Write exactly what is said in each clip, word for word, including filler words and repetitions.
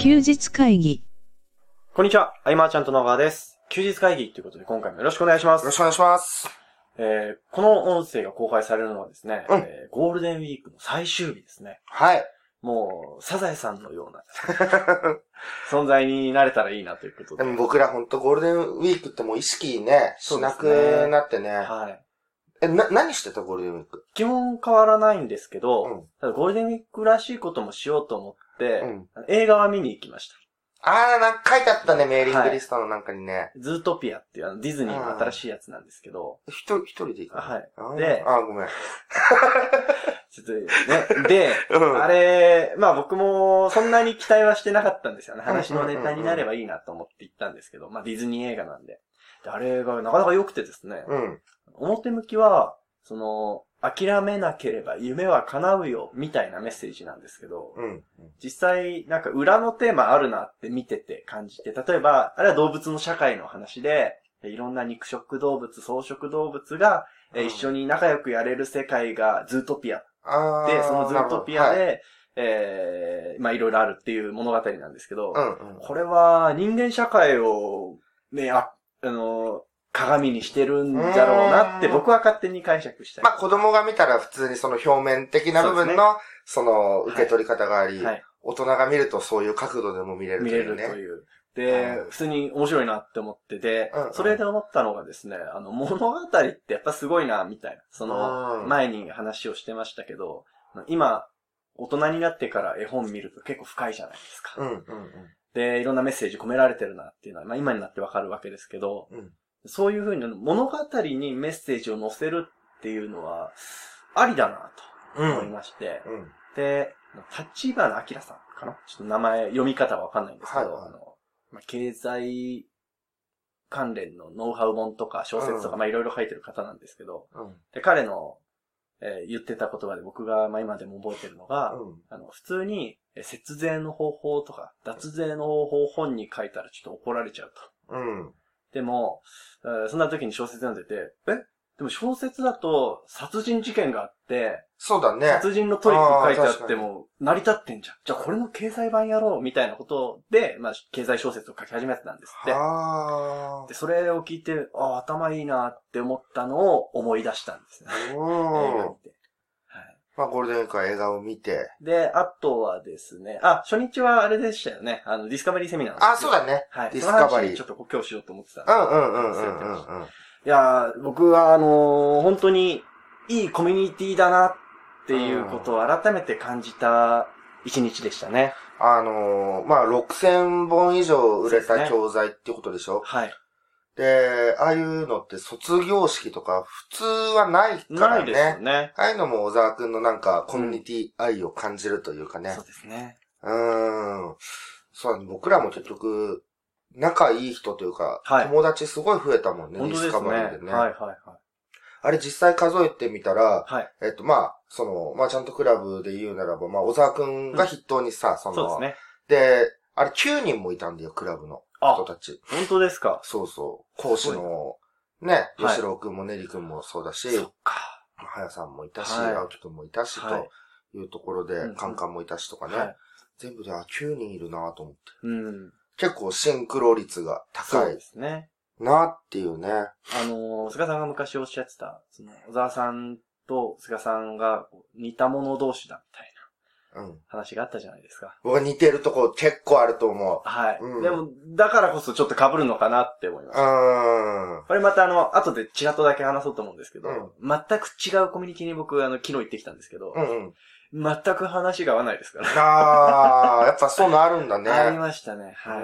休日会議。 こんにちは、アイマーちゃんと野川です。休日会議ということで今回もよろしくお願いします。 よろしくお願いします。 えー、この音声が公開されるのはですね、 うんえー、ゴールデンウィークの最終日ですね。 はい。 もう、サザエさんのような存在になれたらいいなということで。 でも僕らほんとゴールデンウィークってもう意識ね、しなくなってね。 はい。 え、な、何してたゴールデンウィーク？ 基本変わらないんですけど、 うん、 ただゴールデンウィークらしいこともしようと思って、 うん、 映画は見に行きました。 あー、なんか書いてあったね、メーリングリストのなんかにね。はい、 ズートピアっていうあのディズニーの新しいやつなんですけど。 一人、一人で行くの？ はい。 あで、 あー、ごめん。 ちょっとね、で、 うん、 あれ、まあ僕もそんなに期待はしてなかったんですよね。話のネタになればいいなと思って行ったんですけど、まあディズニー映画なんで。であれがなかなか良くてですね。 うん。 表向きは、その、諦めなければ夢は叶うよ、みたいなメッセージなんですけど、 うん、 実際、なんか裏のテーマあるなって見てて感じて、例えば、あれは動物の社会の話で、いろんな肉食動物、草食動物が、うん、一緒に仲良くやれる世界がズートピア。 あで、そのズートピアで、 はい、 えー、まあいろいろあるっていう物語なんですけど、 うんうん、 これは人間社会を、ね、あ、あの、鏡にしてるんだろうなって僕は勝手に解釈したい。 まあ子供が見たら普通にその表面的な部分の、その受け取り方があり、はいはい、大人が見るとそういう角度でも見れるというね。 見れるという。で、うん、普通に面白いなって思ってて、うんうん、それで思ったのがですね、あの物語ってやっぱすごいな、みたいな。その、前に話をしてましたけど、今、大人になってから絵本見ると結構深いじゃないですか。 うんうんうん、 で、いろんなメッセージ込められてるなっていうのは、まあ今になってわかるわけですけど、うんそういうふうに物語にメッセージを載せるっていうのは、ありだなと思いまして。うんうん、で、立花明さんかなちょっと名前、読み方はわかんないんですけど、はい、あのまあ、経済関連のノウハウ本とか小説とか、うん、まあいろいろ書いてる方なんですけど、うん、で彼の、えー、言ってた言葉で僕がまあ今でも覚えてるのが、うん、あの普通に節税の方法とか脱税の方法を本に書いたらちょっと怒られちゃうと。 うんでも、そんな時に小説読んでて、えでも小説だと殺人事件があって、 そうだね。 殺人のトリック書いてあっても成り立ってんじゃん。じゃあこれの経済版やろうみたいなことで、まあ経済小説を書き始めてたんですって。で、それを聞いて、ああ、頭いいなって思ったのを思い出したんですね。映画見て。 まあ、ゴールデンウィークは映画を見て。 で、あとはですね、あ、初日はあれでしたよね。あの、ディスカバリーセミナー。 あ、そうだね。 はい。 ディスカバリー。 ちょっと今日しようと思ってた。 うんうんうんうんうんうん。 いやー、僕はあのー、本当にいいコミュニティだなっていうことを改めて感じた一日でしたね。 あのー、まあ、ろくせんぼん以上売れた教材ってことでしょ？ はい。 で、ああいうのって卒業式とか普通はないからね。 ないですよね。 ああいうのも小沢くんのなんかコミュニティ愛を感じるというかね。 うん、そうですね。 うーん。そう、僕らも結局、仲いい人というか、はい、友達すごい増えたもんね、ディスカバリーでね。 はいはいはい。 あれ実際数えてみたら、 はい、 えっとまあ、その、まあちゃんとクラブで言うならば、まあ小沢くんが筆頭にさ、うん、その、 そうですね。 で、あれきゅうにんもいたんだよ、クラブの。人たち。 本当ですか？ そうそう。講師の、ね、吉郎くんもネリくんもそうだし、 そっか。 はやさんもいたし、青木くんもいたし、というところで、カンカンもいたしとかね。はい、全部で、あ、きゅうにんいるなと思って、 うん。 結構シンクロ率が高い。 そうですね。 なっていうね。 あのー、菅さんが昔おっしゃってた、その、小沢さんと菅さんが似た者同士だみたいな。うん。話があったじゃないですか。 僕は似てるとこ結構あると思う。 はい。 うん、 でも、だからこそちょっと被るのかなって思います。 うん。 これまたあの、後でちらっとだけ話そうと思うんですけど、うん、全く違うコミュニティに僕、あの、昨日行ってきたんですけど、 うんうん、 全く話が合わないですから。 ああ、やっぱそういうのあるんだね。 ありましたね。はい。 うん。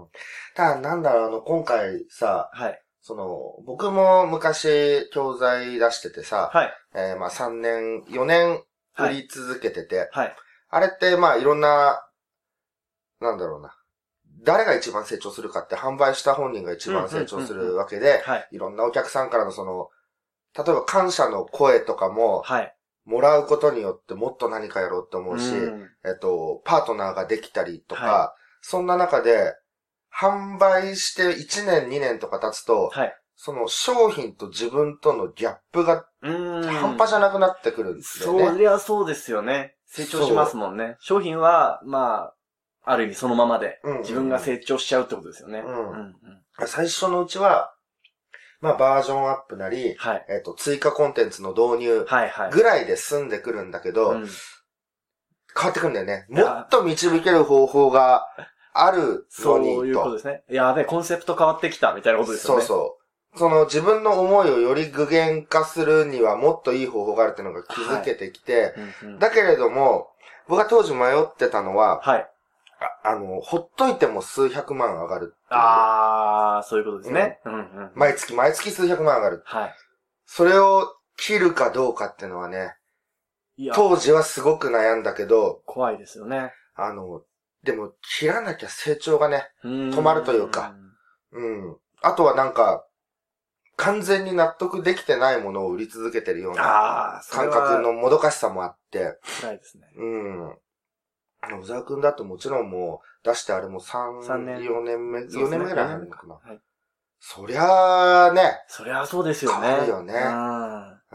ただ、なんだろう、あの、今回さ、 はい。 その、僕も昔教材出しててさ、 はい。 えー、まあさんねん、よねん売り続けてて、 はい。 あれってまあいろんな、なんだろうな。誰が一番成長するかって販売した本人が一番成長するわけで、いろんなお客さんからのその、例えば感謝の声とかも、 はい。 もらうことによってもっと何かやろうって思うし、 うん、 えっと、パートナーができたりとか、 はい、 そんな中で、販売していちねんにねんとか経つと、 はい、 その商品と自分とのギャップが半端じゃなくなってくるんですよね。 そりゃそうですよね。成長しますもんね。商品は、まあ、 ある意味そのままで、自分が成長しちゃうってことですよね。うんうんうん、最初のうちは、まあバージョンアップなり、はい、えっと、追加コンテンツの導入ぐらいで済んでくるんだけど、はいはいうん、変わってくるんだよね。もっと導ける方法があるのにと。 そういうことですね。やべえ、コンセプト変わってきたみたいなことですよね。 そうそう。その自分の思いをより具現化するにはもっといい方法があるっていうのが気づけてきて、はいうんうん、だけれども、僕が当時迷ってたのは、はい、あ, あの、ほっといても数百万上がるっていう。 ああ、そういうことですね、うんうんうん。 毎月毎月数百万上がる。はい。それを切るかどうかっていうのはね、当時はすごく悩んだけど、 怖いですよね。 あの、でも切らなきゃ成長がね、止まるというか、うん。あとはなんか、完全に納得できてないものを売り続けてるような感覚のもどかしさもあって、 辛いですね。 うん。小沢くんだともちろんもう出してあれもさん、よねんめ、よねんめぐらいあるのかな。はい、そりゃあね。 そりゃあそうですよね。 変わるよね。うん。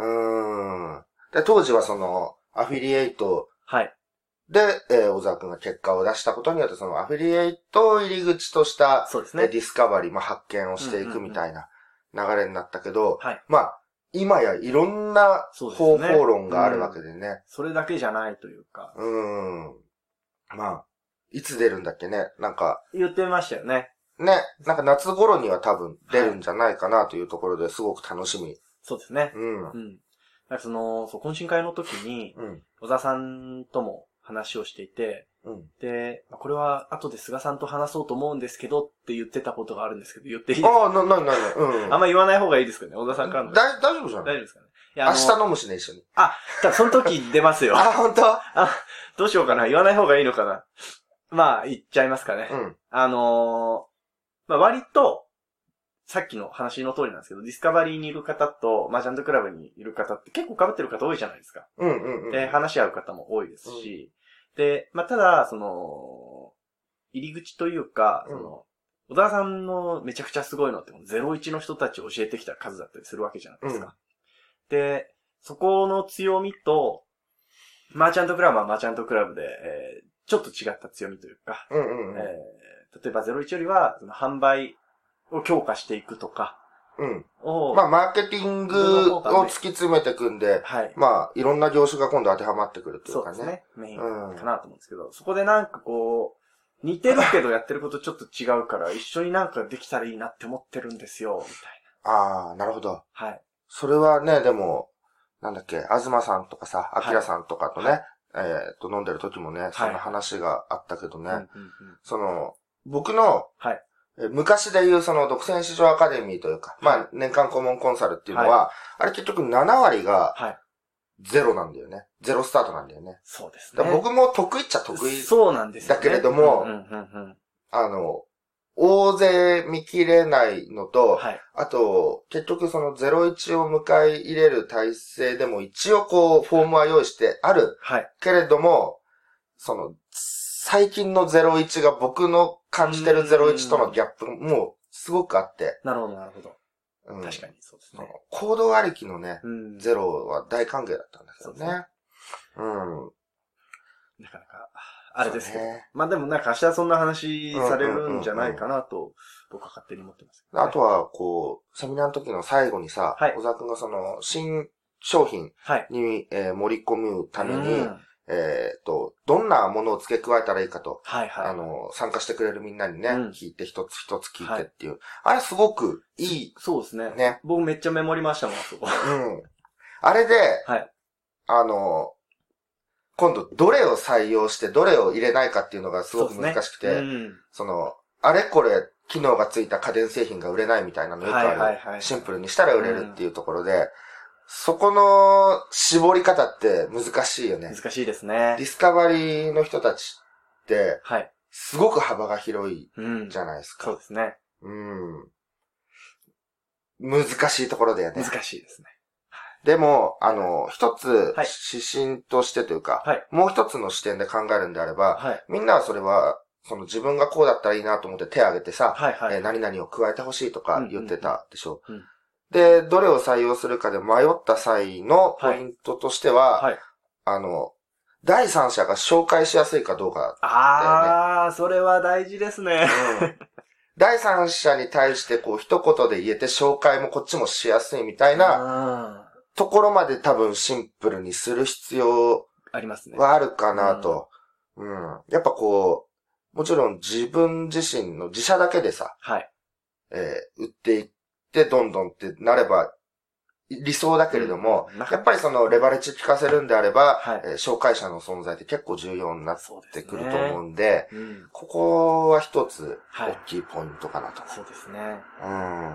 うん。で、当時はその、アフィリエイト。はい。で、えー、小沢くんが結果を出したことによって、そのアフィリエイトを入り口とした、そうですね。ディスカバリー、まあ、発見をしていくみたいな流れになったけど、うんうんうん、はい。まあ、今やいろんな方法論があるわけでね。 うん、それだけじゃないというか。 うん。まあ、いつ出るんだっけね、なんか。 言ってましたよね。 ね、なんか夏頃には多分出るんじゃないかなというところですごく楽しみ。 そうですね。うん。うん。なんかその、そう、懇親会の時に、うん、小沢さんとも話をしていて、うん、で、これは後で菅さんと話そうと思うんですけどって言ってたことがあるんですけど、言っていいですか？ ああ、な、な、な、な、うん。 あんま言わない方がいいですかね、小沢さんからの。 だ、大丈夫じゃない？ 大丈夫ですかね。 いや明日飲むしね、一緒に。 あ、多分その時出ますよ。 あ、本当？あ、 どうしようかな、言わない方がいいのかな。まあ、言っちゃいますかね。うん。あのー、まあ割と、さっきの話の通りなんですけど、ディスカバリーにいる方と、マージャントクラブにいる方って結構被ってる方多いじゃないですか。うんうんうん。で、話し合う方も多いですし、うん、で、まあただ、その、入り口というか、その、小田さんのめちゃくちゃすごいのって、ゼロイチの人たちを教えてきた数だったりするわけじゃないですか。うん、で、そこの強みと、マーチャントクラブはマーチャントクラブで、えー、ちょっと違った強みというか、うんうんうんえー、例えばゼロイチよりは、その販売を強化していくとか、 うん。まあ、マーケティングを突き詰めていくんで、はい。まあ、いろんな業種が今度当てはまってくるっていうかね。 そうですね。メインかなと思うんですけど、うん、そこでなんかこう、似てるけどやってることちょっと違うから、一緒になんかできたらいいなって思ってるんですよ、みたいな。ああ、なるほど。はい。それはね、でも、なんだっけ、東さんとかさ、アキラさんとかとね、はい、えっと、飲んでる時もね、そんな話があったけどね、はい、その、僕の、はい、昔で言うその独占市場アカデミーというか、はい、まあ年間顧問コンサルっていうのは、はい、あれ結局なな割が、ゼロなんだよね。ゼロスタートなんだよね。 そうですね。 僕も得意っちゃ得意。 そうなんですよね。 だけれども、うんうんうんうん、あの、大勢見切れないのと、はい、あと、結局そのゼロイチを迎え入れる体制でも一応こう、フォームは用意してある。はい、けれども、その、最近のゼロイチが僕の感じてるゼロイチとのギャップもすごくあって。 なるほど、なるほど。うん、確かにそうですね。 行動ありきのね、ゼロは大歓迎だったんですよね。ねうん。 なかなか。あれですけど。ね、まあでもなんか明日そんな話されるんじゃないかなと、僕は勝手に思ってます、 ね。あとは、こう、セミナーの時の最後にさ、はい、小沢くんがその、新商品に、はい、えー、盛り込むために、えっと、どんなものを付け加えたらいいかと、はいはい、あの、参加してくれるみんなにね、うん、聞いて一つ一つ聞いてっていう。はい、あれすごくいい。 そうですね。ね。僕めっちゃメモりましたもん、そこ。 うん。あれで、はい、あの、今度、どれを採用して、どれを入れないかっていうのがすごく難しくて、そ,、ねうん、その、あれこれ、機能がついた家電製品が売れないみたいなのよくある。はいはいはい、シンプルにしたら売れるっていうところで、うん、そこの絞り方って難しいよね。 難しいですね。 ディスカバリーの人たちって、はい、すごく幅が広いじゃないですか。 うん、そうですね。 うん。難しいところだよね。 難しいですね。 でも、あの、一つ指針としてというか、はい、もう一つの視点で考えるんであれば、はい、みんなはそれは、その自分がこうだったらいいなと思って手を挙げてさ、はいはいえー、何々を加えてほしいとか言ってたでしょ。うんうんうん、で、どれを採用するかで迷った際のポイントとしては、はいはい、あの、 第三者が紹介しやすいかどうかだよね。 ああ、それは大事ですね。 うん、第三者に対してこう一言で言えて紹介もこっちもしやすいみたいなところまで多分シンプルにする必要ありますね。 はあるかなと。うん。やっぱこう、もちろん自分自身の自社だけでさ、 はい。 えー、売っていってどんどんってなれば理想だけれども、うん、やっぱりそのレバレッジ効かせるんであれば、はい、えー、紹介者の存在って結構重要になってくると思うんで、でね、うん、ここは一つ大きいポイントかなと。 はい、そうですね。 うん。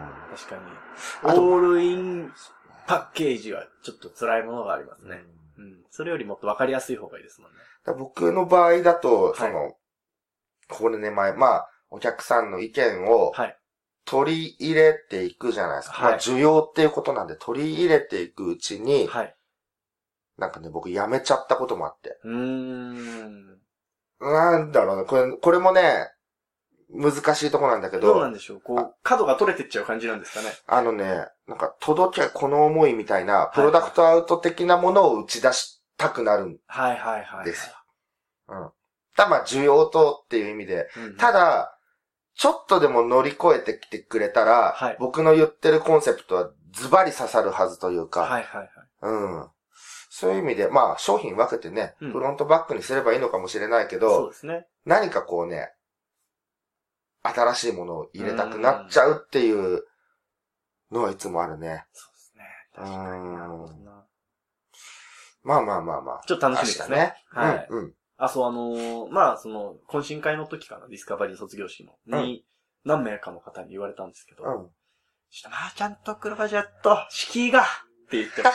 確かに。オールインパッケージはちょっと辛いものがありますね。うん。うん、それよりもっとわかりやすい方がいいですもんね。 だ僕の場合だと、その、はい、ここでね、前、まあ、お客さんの意見を、はい、取り入れていくじゃないですか。はい、まあ、需要っていうことなんで取り入れていくうちに、はい、なんかね、僕辞めちゃったこともあって。 うーん。 なんだろうね。これ、これもね、難しいとこなんだけど。 どうなんでしょう。こう、角が取れてっちゃう感じなんですかね。 あのね、なんか、届けこの思いみたいな、プロダクトアウト的なものを打ち出したくなるんですよ。 はいはいはい。 ですよ。うん。ただまあ、需要とっていう意味で、うん、ただ、ちょっとでも乗り越えてきてくれたら、はい、僕の言ってるコンセプトはズバリ刺さるはずというか、 はいはいはい。 うん。そういう意味で、まあ商品分けてね、うん、フロントバックにすればいいのかもしれないけど、 そうですね。 何かこうね、新しいものを入れたくなっちゃうっていうのはいつもあるね。 そうですね。確かになるほどな。 まあまあまあまあ。 ちょっと楽しみですね。ねはい。うん、うん。 あ、そう、あのー、まあ、その、懇親会の時かな、ディスカバリー卒業式の、に、うん、何名かの方に言われたんですけど、うん。ちょっと、まあ、ちゃんと黒バジェット、敷居がって言ってました。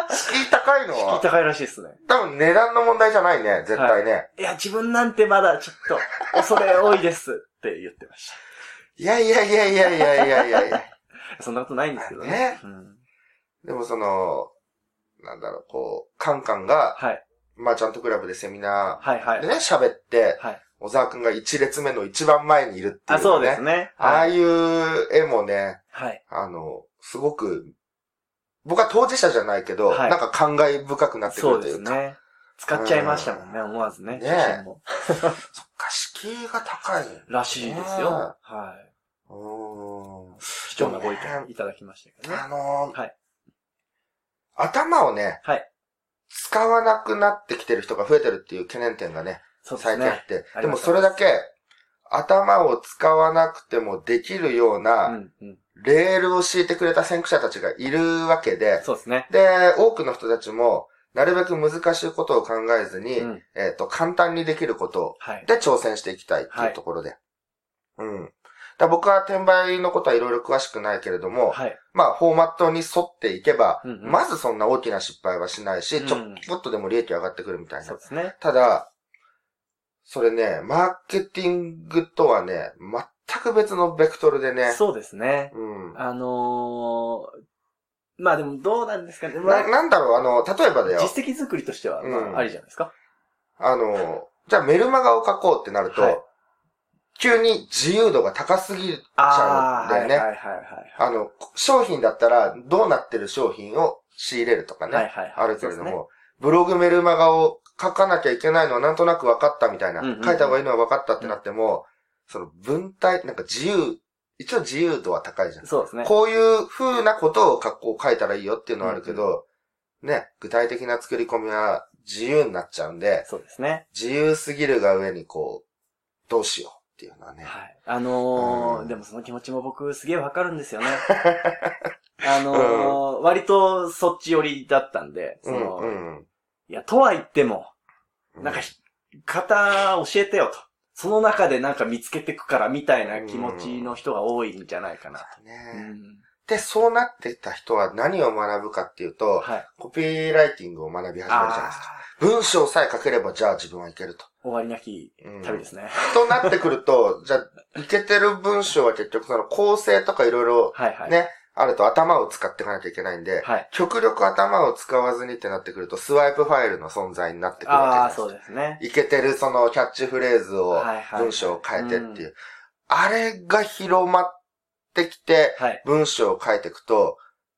敷居高いのは敷居高いらしいですね。 多分値段の問題じゃないね、絶対ね。はい、 いや、自分なんてまだちょっと、恐れ多いですって言ってました。 いやいやいやいやいやいやいやいや。 そんなことないんですけどね。 ね、うん。でもその、なんだろう、こう、カンカンが、はい。まあちゃんとクラブでセミナーでね、喋、はいはい、って、はい、小沢くんが一列目の一番前にいるっていう、ね。 あ、そうですね。 はい、ああいう絵もね、はい、あの、すごく、僕は当事者じゃないけど、はい、なんか感慨深くなってくるというか。 そうですね。使っちゃいましたもんね、思わずね。 ねえ。そっか、敷居が高い、ね。 らしいですよ。はい。うん。貴重なご意見いただきましたけどね。 あのー、はい。頭をね、はい。使わなくなってきてる人が増えてるっていう懸念点がね、そうですね、最近あって。でもそれだけ、頭を使わなくてもできるような、うんうん、レールを敷いてくれた先駆者たちがいるわけで、 そうですね。 で、多くの人たちも、なるべく難しいことを考えずに、うん、えっと、簡単にできることで挑戦していきたいっていうところで。はい、うん。だ僕は転売のことはいろいろ詳しくないけれども、はい、まあ、フォーマットに沿っていけば、うんうん、まずそんな大きな失敗はしないし、うん、ちょっとでも利益上がってくるみたいな。 そうですね。 ただ、それね、マーケティングとはね、全く別のベクトルでね。 そうですね。うん。あのー、まあでもどうなんですかね。 な、なんだろう、あの、例えばだよ。 実績作りとしては、まあ、うん、ありじゃないですか。 あの、じゃあメルマガを書こうってなると、はい、急に自由度が高すぎちゃうんだよね。はいはいはいはい。あの、商品だったらどうなってる商品を仕入れるとかね。はいはいはい。あるけれども、ね、ブログメルマガを書かなきゃいけないのはなんとなく分かったみたいな。うんうんうん、書いた方がいいのは分かったってなっても、うん、その文体、なんか自由、一応自由度は高いじゃん。 そうですね。 こういう風なことをこう書いたらいいよっていうのはあるけど、うんうん、ね、具体的な作り込みは自由になっちゃうんで、 そうですね。 自由すぎるが上にこう、どうしよう。っていうのはね。 はい。あのーうん、でもその気持ちも僕すげえわかるんですよね。あのーうん、割とそっち寄りだったんで、その、うんうん、いや、とは言っても、なんか、型教えてよと。その中でなんか見つけてくからみたいな気持ちの人が多いんじゃないかなと。 ね、うん、で、そうなってた人は何を学ぶかっていうと、はい、コピーライティングを学び始めるじゃないですか。文章さえ書ければ、じゃあ自分はいけると。 終わりなき旅ですね。 うん、となってくると、じゃあ、いけてる文章は結局その構成とかいろいろね、はいはい、あると頭を使っていかなきゃいけないんで、はい、極力頭を使わずにってなってくると、スワイプファイルの存在になってくるわけです。 ああ、そうですね。 いけてるそのキャッチフレーズを、文章を変えてっていう。はいはい、あれが広まってきて、文章を書いていくと、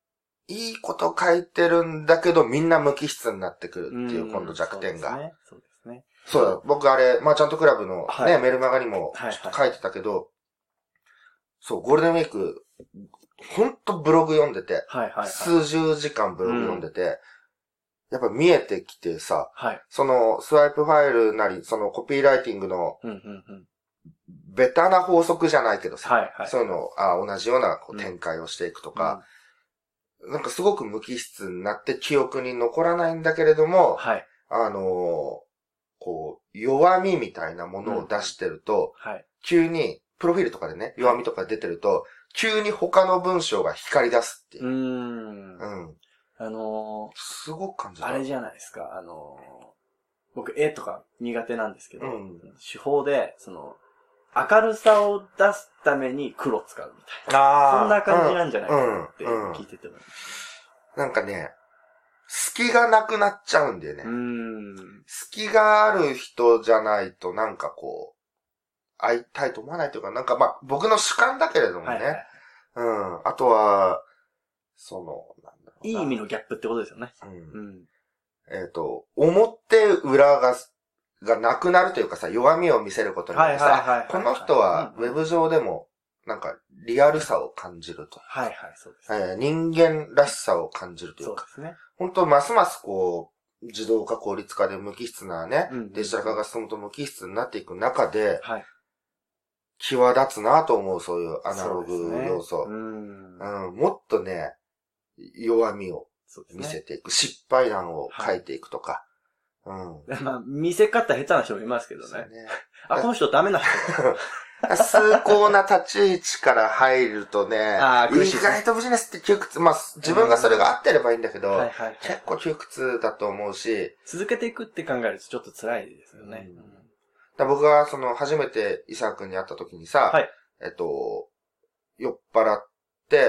いいこと書いてるんだけど、みんな無機質になってくるっていう、今度弱点が。 そうですね。そうですね。 そうだ、僕あれ、マーチャントクラブのね、はい、メルマガにもちょっと書いてたけど、はいはい、そう、ゴールデンウィーク、ほんとブログ読んでて、はいはいはい、数十時間ブログ読んでて、うん、やっぱ見えてきてさ、はい、そのスワイプファイルなり、そのコピーライティングの、うんうんうん、ベタな法則じゃないけどさ、はいはい、そういうのを、あ同じようなこう展開をしていくとか、うん、なんかすごく無機質になって記憶に残らないんだけれども、はい、あのー、こう、弱みみたいなものを出してると、うんはい、急に、プロフィールとかでね、弱みとか出てると、急に他の文章が光り出すっていう。うーん。うん。 あのー、 すごく感じた。 あれじゃないですか、あのー、僕絵とか苦手なんですけど、うん、手法で、その、明るさを出すために黒使うみたいな。あそんな感じなんじゃないかなって聞いてても、うんうん。 なんかね、隙がなくなっちゃうんだよね。うーん隙がある人じゃないとなんかこう、会いたいと思わないというか、なんかまあ僕の主観だけれどもね。はいはい、うん。あとは、その、なんだろういい意味のギャップってことですよね。 うん。うん、えっ、ー、と、表裏が、がなくなるというかさ、弱みを見せることによってさ、この人はウェブ上でも、なんかリアルさを感じると。 はいはい、そうです、ねえー。人間らしさを感じるというか。そうですね。本当ますますこう、自動化効率化で無機質なね、うんうんうん、デジタル化が進むと無機質になっていく中で、はい、際立つなと思う、そういうアナログ要素。う、ね、うん、うん。もっとね、弱みを見せていく、ね、失敗談を書いていくとか。はい、 うん。まあ、見せ方下手な人もいますけどね。ねあ、この人ダメな人だ。崇高な立ち位置から入るとね、意外とビジネスって窮屈、まあ、自分がそれが合ってればいいんだけど、はいはいはい、結構窮屈だと思うし。 続けていくって考えるとちょっと辛いですよね。うん、 だ僕がその初めて伊沢くんに会った時にさ、はい、えっと、酔っ払って、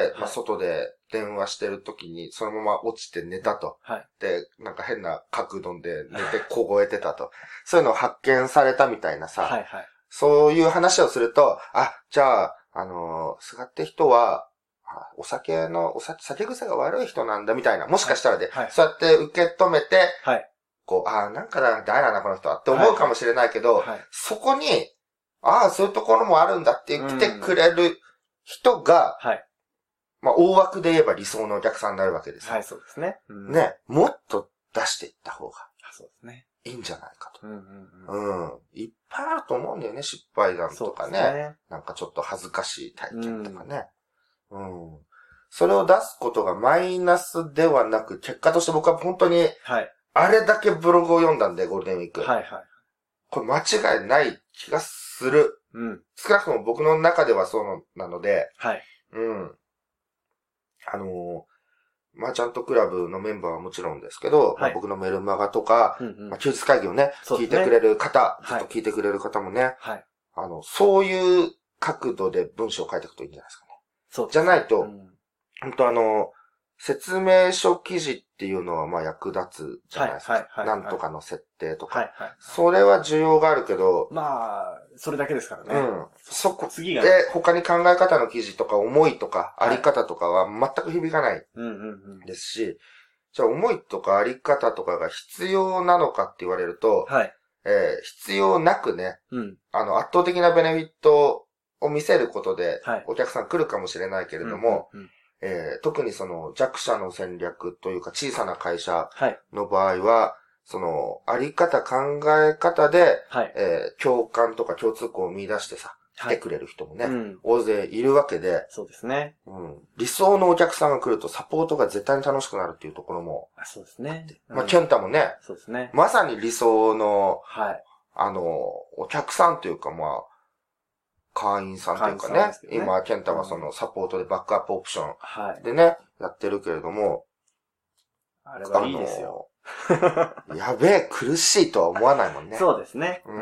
まあ、外で電話してる時にそのまま落ちて寝たと。はい、で、なんか変な角度で寝て凍えてたと。そういうのを発見されたみたいなさ、はいはい、そういう話をすると、あ、じゃあ、あのー、菅って人は、お酒の、お酒、酒癖が悪い人なんだみたいな、もしかしたらで、はいはい、そうやって受け止めて、はい、こう、ああ、なんかだ、誰なんだこの人はって思うかもしれないけど、はいはい、そこに、ああ、そういうところもあるんだって言ってくれる人が、うん、はい、まあ、大枠で言えば理想のお客さんになるわけですよ。 はい、そうですね。 うん、ね、もっと出していった方が、 そうですね。 いいんじゃないかと。うんうんうん、うん。いっぱいあると思うんだよね、失敗談とかね。ねなんかちょっと恥ずかしい体験とかね。うん、うん。それを出すことがマイナスではなく、結果として僕は本当に、はい。あれだけブログを読んだんで、ゴールデンウィーク。はいはい。これ間違いない気がする。うん。少なくとも僕の中ではそうなので。はい。うん。あのー、マーチャントクラブのメンバーはもちろんですけど、はいまあ、僕のメルマガとか、うんうんまあ、休日会議をね、ね聞いてくれる方、ずっと聞いてくれる方もね、はい。あの、そういう角度で文章を書いていくといいんじゃないですかね。そうですね。じゃないと、うん、本当あの、説明書記事っていうのはまあ役立つじゃないですか。はいはいはいはい、なんとかの設定とか、はいはい。それは需要があるけど。 まあ、それだけですからね。うん。 そこ、次が、ね。で、他に考え方の記事とか思いとかあり方とかは全く響かないですし、はい、じゃあ思いとかあり方とかが必要なのかって言われると、はい。えー、必要なくね、うん。あの圧倒的なベネフィットを見せることで、はい。お客さん来るかもしれないけれども、うんうんうんえー、特にその弱者の戦略というか小さな会社の場合は、はい、そのあり方考え方で、はいえー、共感とか共通項を見出してさ、来てくれる人もね、はいうん、大勢いるわけで、 そうですね、 うん。理想のお客さんが来るとサポートが絶対に楽しくなるっていうところもあって。 そうですね。 まあ、ケンタもね、 そうですね。 まさに理想の、はい。あの、お客さんというかまあ、会員さんというかね、ね今、ケンタはそのサポートでバックアップオプションでね、はい、やってるけれども、 あれはいいですよ。 やべえ、苦しいとは思わないもんね。 そうですね。 うん。うん、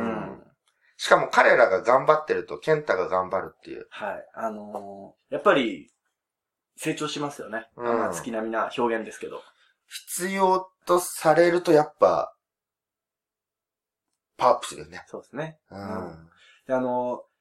しかも彼らが頑張ってると、ケンタが頑張るっていう。 はい。あのー、やっぱり、成長しますよね。うん。まあ、月並みな表現ですけど。 必要とされるとやっぱ、パワーアップするよね。 そうですね。うん。うん、であのー、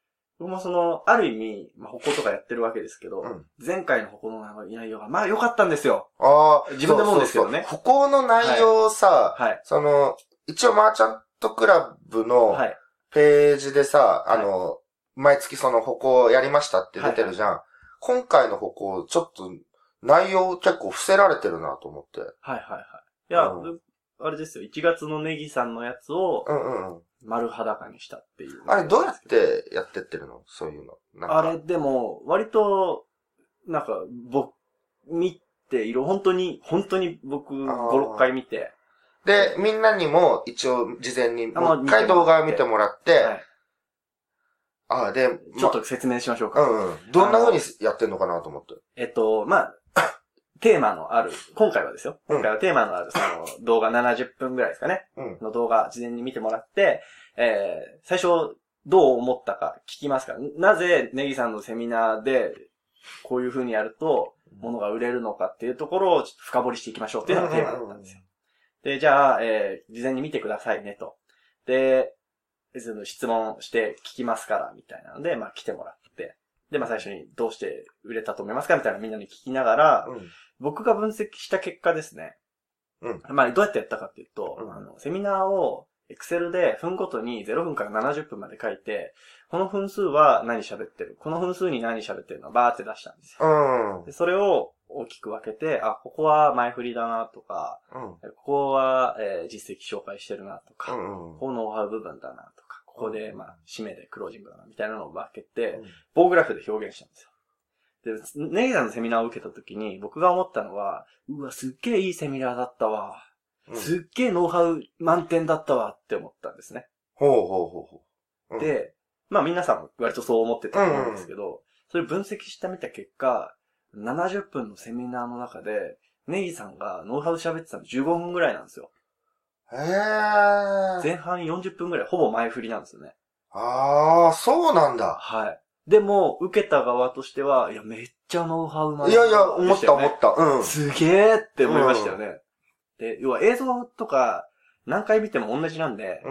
僕もその、ある意味、まあ、歩行とかやってるわけですけど、うん、前回の歩行の内容が、まあ良かったんですよ。 ああ。 自分で思うんですけどね。 そうそうそう歩行の内容をさ、はいはい、その、一応マーチャントクラブのページでさ、はい、あの、はい、毎月その歩行やりましたって出てるじゃん。はいはい、今回の歩行、ちょっと内容結構伏せられてるなと思って。はいはいはい。いや、うん、あれですよ、いちがつのネギさんのやつを、うんうん。丸裸にしたっていう。 あれどうやってやってってるのそういうの。 なんかあれでも、割と、なんか、僕、見ている、本当に、本当に僕、ご、ろっかい見て。 で、みんなにも一応事前に、もう一回動画を見てもらって、はい、ああ、で、 ま、ちょっと説明しましょうか。 うんうん。どんな風にやってんのかなと思って。 えっと、まあ、テーマのある、今回はですよ。今回はテーマのある、その、動画ななじゅっぷんぐらいですかね。うん。の動画、事前に見てもらって、えー、最初、どう思ったか聞きますから。なぜ、ネギさんのセミナーで、こういう風にやると、物が売れるのかっていうところを、ちょっと深掘りしていきましょうっていうのがテーマだったんですよ。で、じゃあ、えー、事前に見てくださいねと。で、質問して聞きますから、みたいなので、まあ来てもらって。で、まあ最初にどうして売れたと思いますかみたいなみんなに聞きながら、うん、僕が分析した結果ですね。うん。まあどうやってやったかっていうと、うん、あの、セミナーを Excel で分ごとにゼロふんからななじゅっぷんまで書いて、この分数は何喋ってる、この分数に何喋ってるのをバーって出したんですよ。うん。で、それを大きく分けて、あ、ここは前振りだなとか、うん、ここは、えー、実績紹介してるなとか、うんうん、このノウハウ部分だなとか、ここで、まあ、締めでクロージングだなみたいなのを分けて、うん、棒グラフで表現したんですよ。で、ネギさんのセミナーを受けたときに、僕が思ったのは、うわ、すっげえいいセミナーだったわ。うん、すっげえノウハウ満点だったわって思ったんですね。 ほうほうほうほう。うん、で、まあ皆さん割とそう思ってたと思うんですけど、うんうん、それ分析してみた結果、ななじゅっぷんのセミナーの中で、ネギさんがノウハウ喋ってたのじゅうごふんぐらいなんですよ。 へー。 前半よんじゅっぷんぐらい、ほぼ前振りなんですよね。 あー、そうなんだ。 はい。でも、受けた側としては、いや、めっちゃノウハウ学んだ、ね。いやいや、思った思った。うん。 すげーって思いましたよね。うん、で、要は映像とか、何回見ても同じなんで、うん、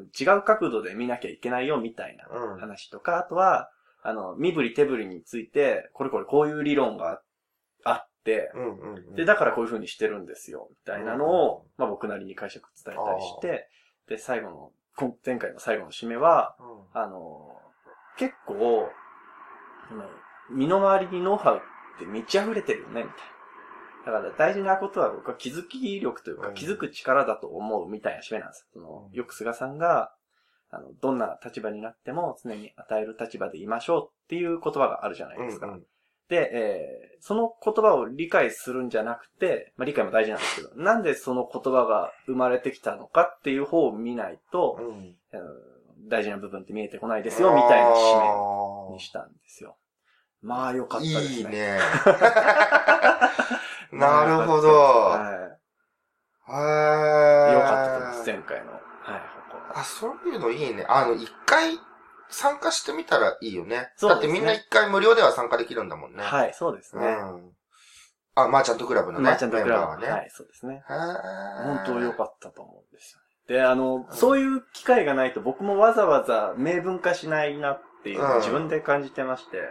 違う角度で見なきゃいけないよみたいな話とか、うん、あとは、あの、身振り手振りについて、これこれこういう理論があって、うんうんうん、で、だからこういう風にしてるんですよ、みたいなのを、うんうん、まあ僕なりに解釈伝えたりして、で、最後の、前回の最後の締めは、うん、あの、結構、身の回りにノウハウって満ち溢れてるよね、みたいな。だから大事なことは僕は気づき力というか気づく力だと思うみたいな締めなんですよ。その、よく菅さんが、あの、どんな立場になっても常に与える立場でいましょうっていう言葉があるじゃないですか。うんうん、で、えー、その言葉を理解するんじゃなくて、まあ理解も大事なんですけど、なんでその言葉が生まれてきたのかっていう方を見ないと、うん、大事な部分って見えてこないですよみたいな締めにしたんですよ。まあよかったですね。いいね。 なるほど。はい。 はい。よかったと思います、前回の。はい。 あ、そういうのいいね。あの、一回参加してみたらいいよね。そうですね。だってみんな一回無料では参加できるんだもんね。 はい、そうですね。うん。 あ、マーチャントクラブのね。 マーチャントクラブはね。はい、そうですね。本当良かったと思うんですよね。で、あの、うん、そういう機会がないと僕もわざわざ明文化しないなっていうのを自分で感じてまして。うん、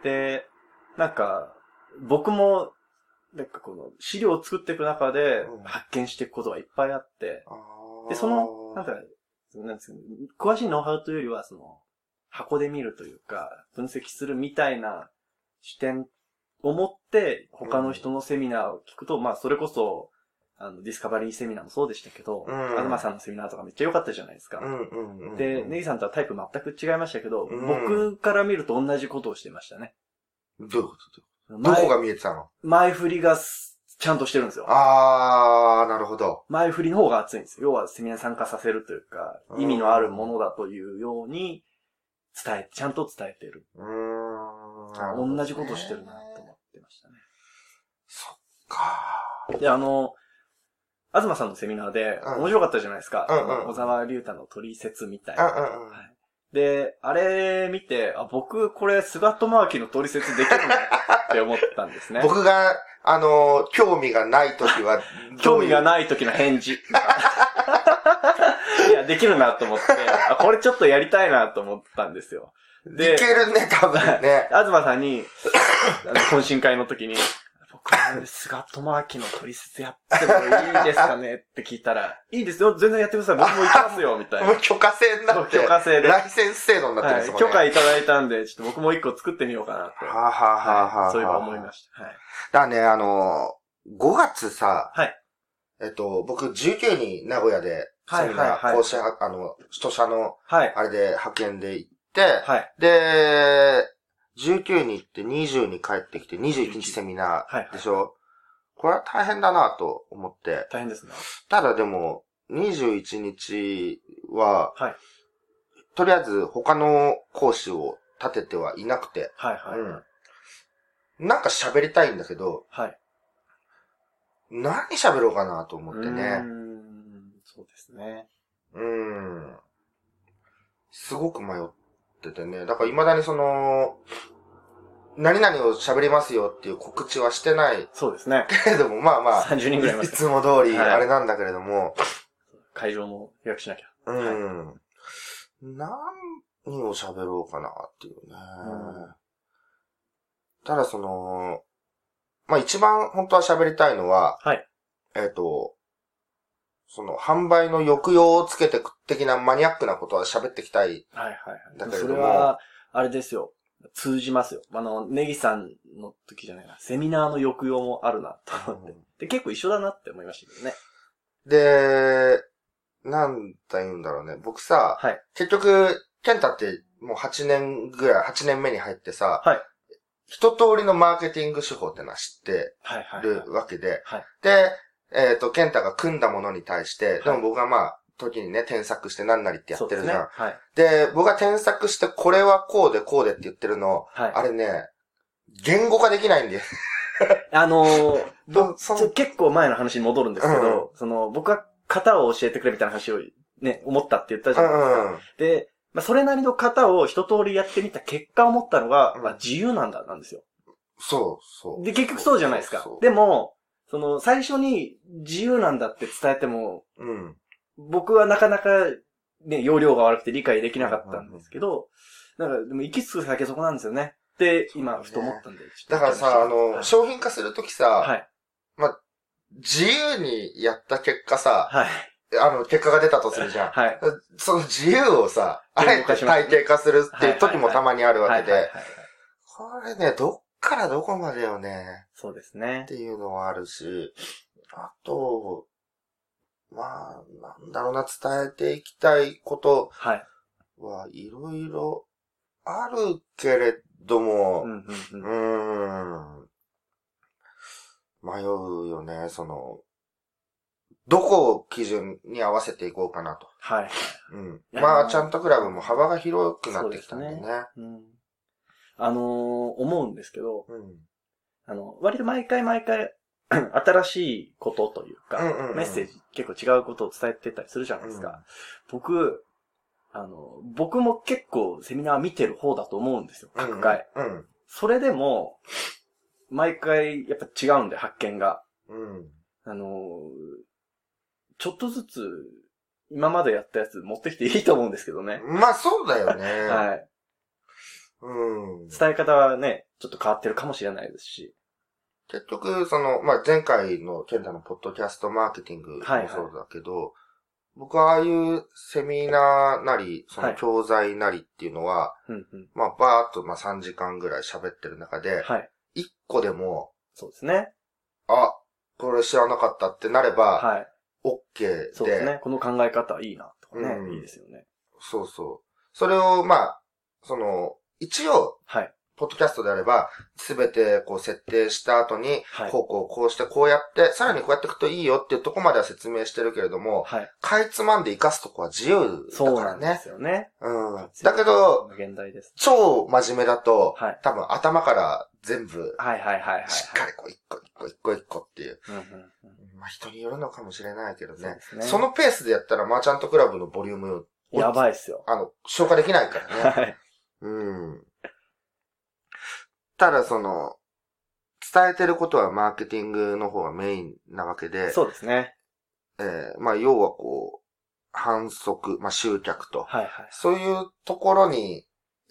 で、なんか、僕も、なんかこの資料を作っていく中で発見していくことがいっぱいあって、うん、で、その、なんか、なんですか、詳しいノウハウというよりは、その、箱で見るというか、分析するみたいな視点を持って、他の人のセミナーを聞くと、うん、まあ、それこそ、あの、ディスカバリーセミナーもそうでしたけど、うん、東さんのセミナーとかめっちゃ良かったじゃないですか。うんうんうんうん、で、ネギさんとはタイプ全く違いましたけど、うん、僕から見ると同じことをしてましたね。 どういうことどこが見えてたの？ 前振りがちゃんとしてるんですよ。 あー、なるほど。 前振りの方が熱いんですよ。要はセミナー参加させるというか、意味のあるものだというように伝え、ちゃんと伝えてる。うーん。同じことしてるなと思ってましたね。 そっか。 で、あの、東さんのセミナーで面白かったじゃないですか。うんうん、小沢隆太の取説みたいな。うんうんうんはい、で、あれ見て、あ、僕これ菅智明の取説できるなって思ったんですね。 僕が、あの、興味がないときは興味がないときの返事。いや、できるなと思って、あ、これちょっとやりたいなと思ったんですよ。 で、いけるね、多分ね。 東さんに、あの懇親会の時に、僕、菅智明の取説やってもいいですかねって聞いたら、いいですよ、全然やってください、僕も行きますよ、みたいな。 もう許可制になって。 許可制で。 ライセンス制度になってるんですもんね、 はい。許可いただいたんで、ちょっと僕も一個作ってみようかなって。 はあ、はあはあはあ、 そういえば思いました。はい。 だからね、あの、ごがつさ、 はい。 えっと、僕じゅうくに名古屋で、セミナー、講師、あの、著者の、あれで派遣で行って、はい、で、じゅうくに行ってにじゅうに帰ってきてにじゅういちにちセミナーでしょ、はいはい、これは大変だなと思って。 大変ですね。 ただでも、にじゅういちにちは、はい、とりあえず他の講師を立ててはいなくて、はいはいはいうん、なんか喋りたいんだけど、はい、何喋ろうかなと思ってね。うーんそうですね。 うーん。すごく迷っててね。だから未だにその、何々を喋りますよっていう告知はしてない。 そうですね。 けれども、まあまあ。 さんじゅうにんぐらいいます。 いつも通り、あれなんだけれども。はい、 会場も予約しなきゃ。 うん。はい、何を喋ろうかなっていうね。うん、ただその、まあ一番本当は喋りたいのは、はい。えっと、その販売の抑揚をつけてく的なマニアックなことは喋っていきたい。はいはいはい。だけれども。 それは、あれですよ。通じますよ。あの、ネギさんの時じゃないな。セミナーの抑揚もあるな、と思って。で、結構一緒だなって思いましたけどね。 で、なんだ言うんだろうね。僕さ、はい、結局、ケンタってもうはちねんぐらい、はちねんめに入ってさ、はい。一通りのマーケティング手法ってのは知ってるわけで、はいはいはい、で、えっ、ー、と、ケンタが組んだものに対して、はい、でも僕はまあ、時にね、添削して何なりってやってるじゃん。ねはい、で、僕が添削してこれはこうでこうでって言ってるの、はい、あれね、言語化できないんで。 あのー、その結構前の話に戻るんですけど、うん、その、僕が型を教えてくれみたいな話をね、思ったって言ったじゃないですか。うんうん、で、まあ、それなりの型を一通りやってみた結果思ったのが、うん、まあ、自由なんだ、なんですよ。 そう、そう。 で、結局そうじゃないですか。でも、その、最初に自由なんだって伝えても、うん、僕はなかなか、ね、容量が悪くて理解できなかったんですけど、うんうんうん、なんか、でも行き着く先そこなんですよね。って今、ふと思ったんで。 だからさ、あの、はい、商品化するときさ、はい。まあ、自由にやった結果さ、はい。あの、結果が出たとするじゃん。はい。その自由をさ、あえて体系化するっていう時もたまにあるわけで、これね、どっからどこまでよね。 そうですね。 っていうのはあるし、あと、まあ、なんだろうな、伝えていきたいことはいろいろあるけれども、うんうんうん、うーん迷うよね、その、どこを基準に合わせていこうかなと。はい。うん。まあ、ちゃんとクラブも幅が広くなってきたんでね。そうですね。うん、 あのー、思うんですけど、うん、あの、割と毎回毎回、新しいことというか、うんうんうん、メッセージ結構違うことを伝えてたりするじゃないですか。うん、僕、あの、僕も結構セミナー見てる方だと思うんですよ、各回。うんうんうん、それでも、毎回やっぱ違うんで、発見が。うん、あの、ちょっとずつ、今までやったやつ持ってきていいと思うんですけどね。 まあそうだよね。はい、 うん。伝え方はね、ちょっと変わってるかもしれないですし。 結局、その、まあ、前回のケンタのポッドキャストマーケティングもそうだけど、はいはい、僕はああいうセミナーなり、その教材なりっていうのは、はい、まあ、バーっとまあさんじかんぐらい喋ってる中で、はい、いっこでも、 そうですね。 あ、これ知らなかったってなれば、はい、OK で。 そうですね。この考え方いいな、とかね、うん、いいですよね。 そうそう。それを、まあ、その、一応、はい。ポッドキャストであれば、すべてこう設定した後に、はい、こうこうこうしてこうやって、さらにこうやっていくといいよっていうところまでは説明してるけれども、はい、かいつまんで活かすとこは自由だからね。 そうなんですよね。 うん。だけど、 現代です。 超真面目だと、はい、多分頭から全部、 はいはいはいはい。 しっかりこう一個一個一個一個っていう。うんうんうん、まあ人によるのかもしれないけどね。そ, ねそのペースでやったらマーチャントクラブのボリュームやばいっすよ。 あの、消化できないからね。はい。うん。ただその、伝えてることはマーケティングの方がメインなわけで。 そうですね。 えー、まあ要はこう、販促、まあ集客と。はいはい。そういうところに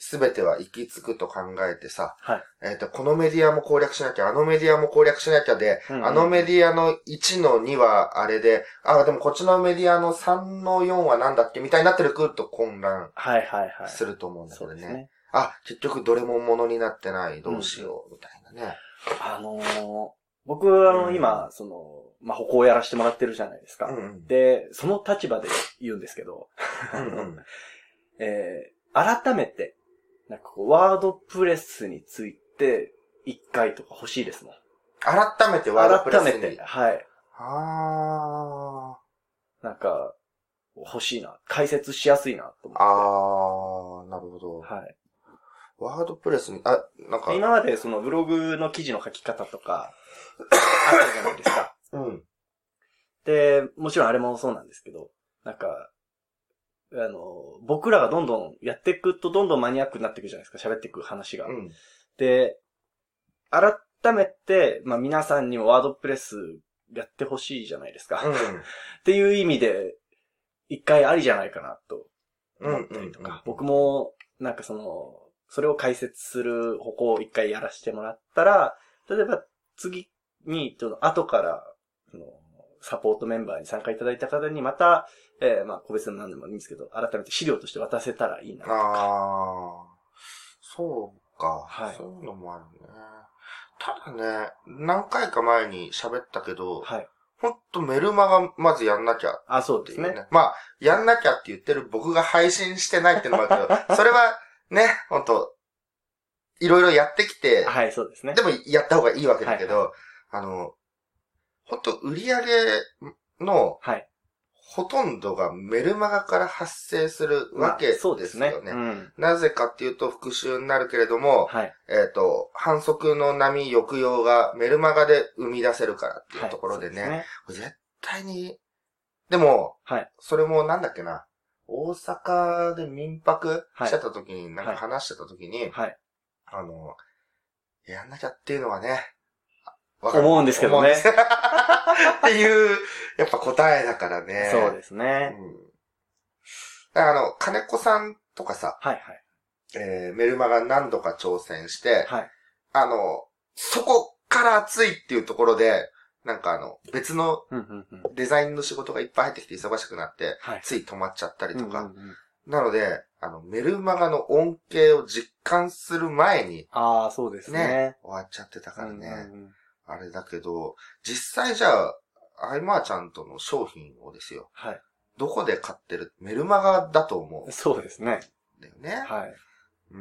すべては行き着くと考えてさ、 はい。 えっと、このメディアも攻略しなきゃ、あのメディアも攻略しなきゃで、うんうん、あのメディアのいちのにはあれで、あ、でもこっちのメディアのさんのよんはなんだっけみたいになってると混乱すると思うんだけどね。はいはいはい、ねあ、結局どれもものになってない、どうしよう、みたいなね。 うん、あのー、僕はあの、今、うん、その、まあ、歩行をやらせてもらってるじゃないですか。うんうん、で、その立場で言うんですけど、うんうんえー、改めて、なんかこう、ワードプレスについて、一回とか欲しいですもん。 改めてワードプレスに。 改めて、はい。 あー。なんか、欲しいな。解説しやすいな、と思って。 あー、なるほど。 はい。 ワードプレスに、あ、なんか。 今までそのブログの記事の書き方とか、あったじゃないですか。 うん。 で、もちろんあれもそうなんですけど、なんか、あの、僕らがどんどんやっていくとどんどんマニアックになっていくじゃないですか、喋っていく話が。うん、で、改めて、まあ皆さんにもワードプレスやってほしいじゃないですか。うん、っていう意味で、一回ありじゃないかなと思ったりとか、うんうんうん、僕もなんかその、それを解説する方向を一回やらせてもらったら、例えば次に、後から、そのサポートメンバーに参加いただいた方にまた、えー、まあ、個別の何でもいいんですけど、改めて資料として渡せたらいいなとか。 ああ、そうか。 はい。 そういうのもあるね。ただね、何回か前に喋ったけど、はい。ほんとメルマがまずやんなきゃ、ね。 あ、そうですね。 まあ、やんなきゃって言ってる僕が配信してないっていうのもあるけど、それはね、ほんと、いろいろやってきて、 はい、そうですね。 でもやった方がいいわけだけど、はいはい、あの、ほんと売り上げの、はい。ほとんどがメルマガから発生するわけですよね。まあ、そうですね。うん、なぜかっていうと復習になるけれども、はい、えっと、反則の波、抑揚がメルマガで生み出せるからっていうところでね、はい、ね絶対に、でも、はい、それもなんだっけな、大阪で民泊してた時に、なんか話してた時に、はいはい、あの、やんなきゃっていうのはね、 思うんですけどね。 っていう、やっぱ答えだからね。 そうですね。 うん。だからあの、金子さんとかさ、はいはい。えー、メルマガ何度か挑戦して、はい。あの、そこから熱いっていうところで、なんかあの、別のデザインの仕事がいっぱい入ってきて忙しくなって、はい、つい止まっちゃったりとか。うんうんうん、なので、あの、メルマガの恩恵を実感する前に、 ああ、そうですね。ね終わっちゃってたからね。うんうんうんあれだけど、実際じゃあ、アイマーちゃんとの商品をですよ。はい。どこで買ってるメルマガだと思う。 そうですね。 だよね。 はい。うん。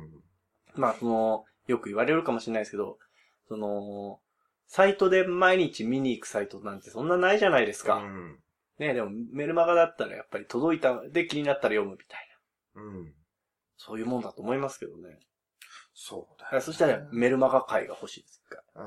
まあ、その、よく言われるかもしれないですけど、その、サイトで毎日見に行くサイトなんてそんなないじゃないですか。うん。ねでもメルマガだったらやっぱり届いたで気になったら読むみたいな。うん。そういうもんだと思いますけどね。 そうだよ、ね。 そしたらメルマガ会が欲しいです。 うん。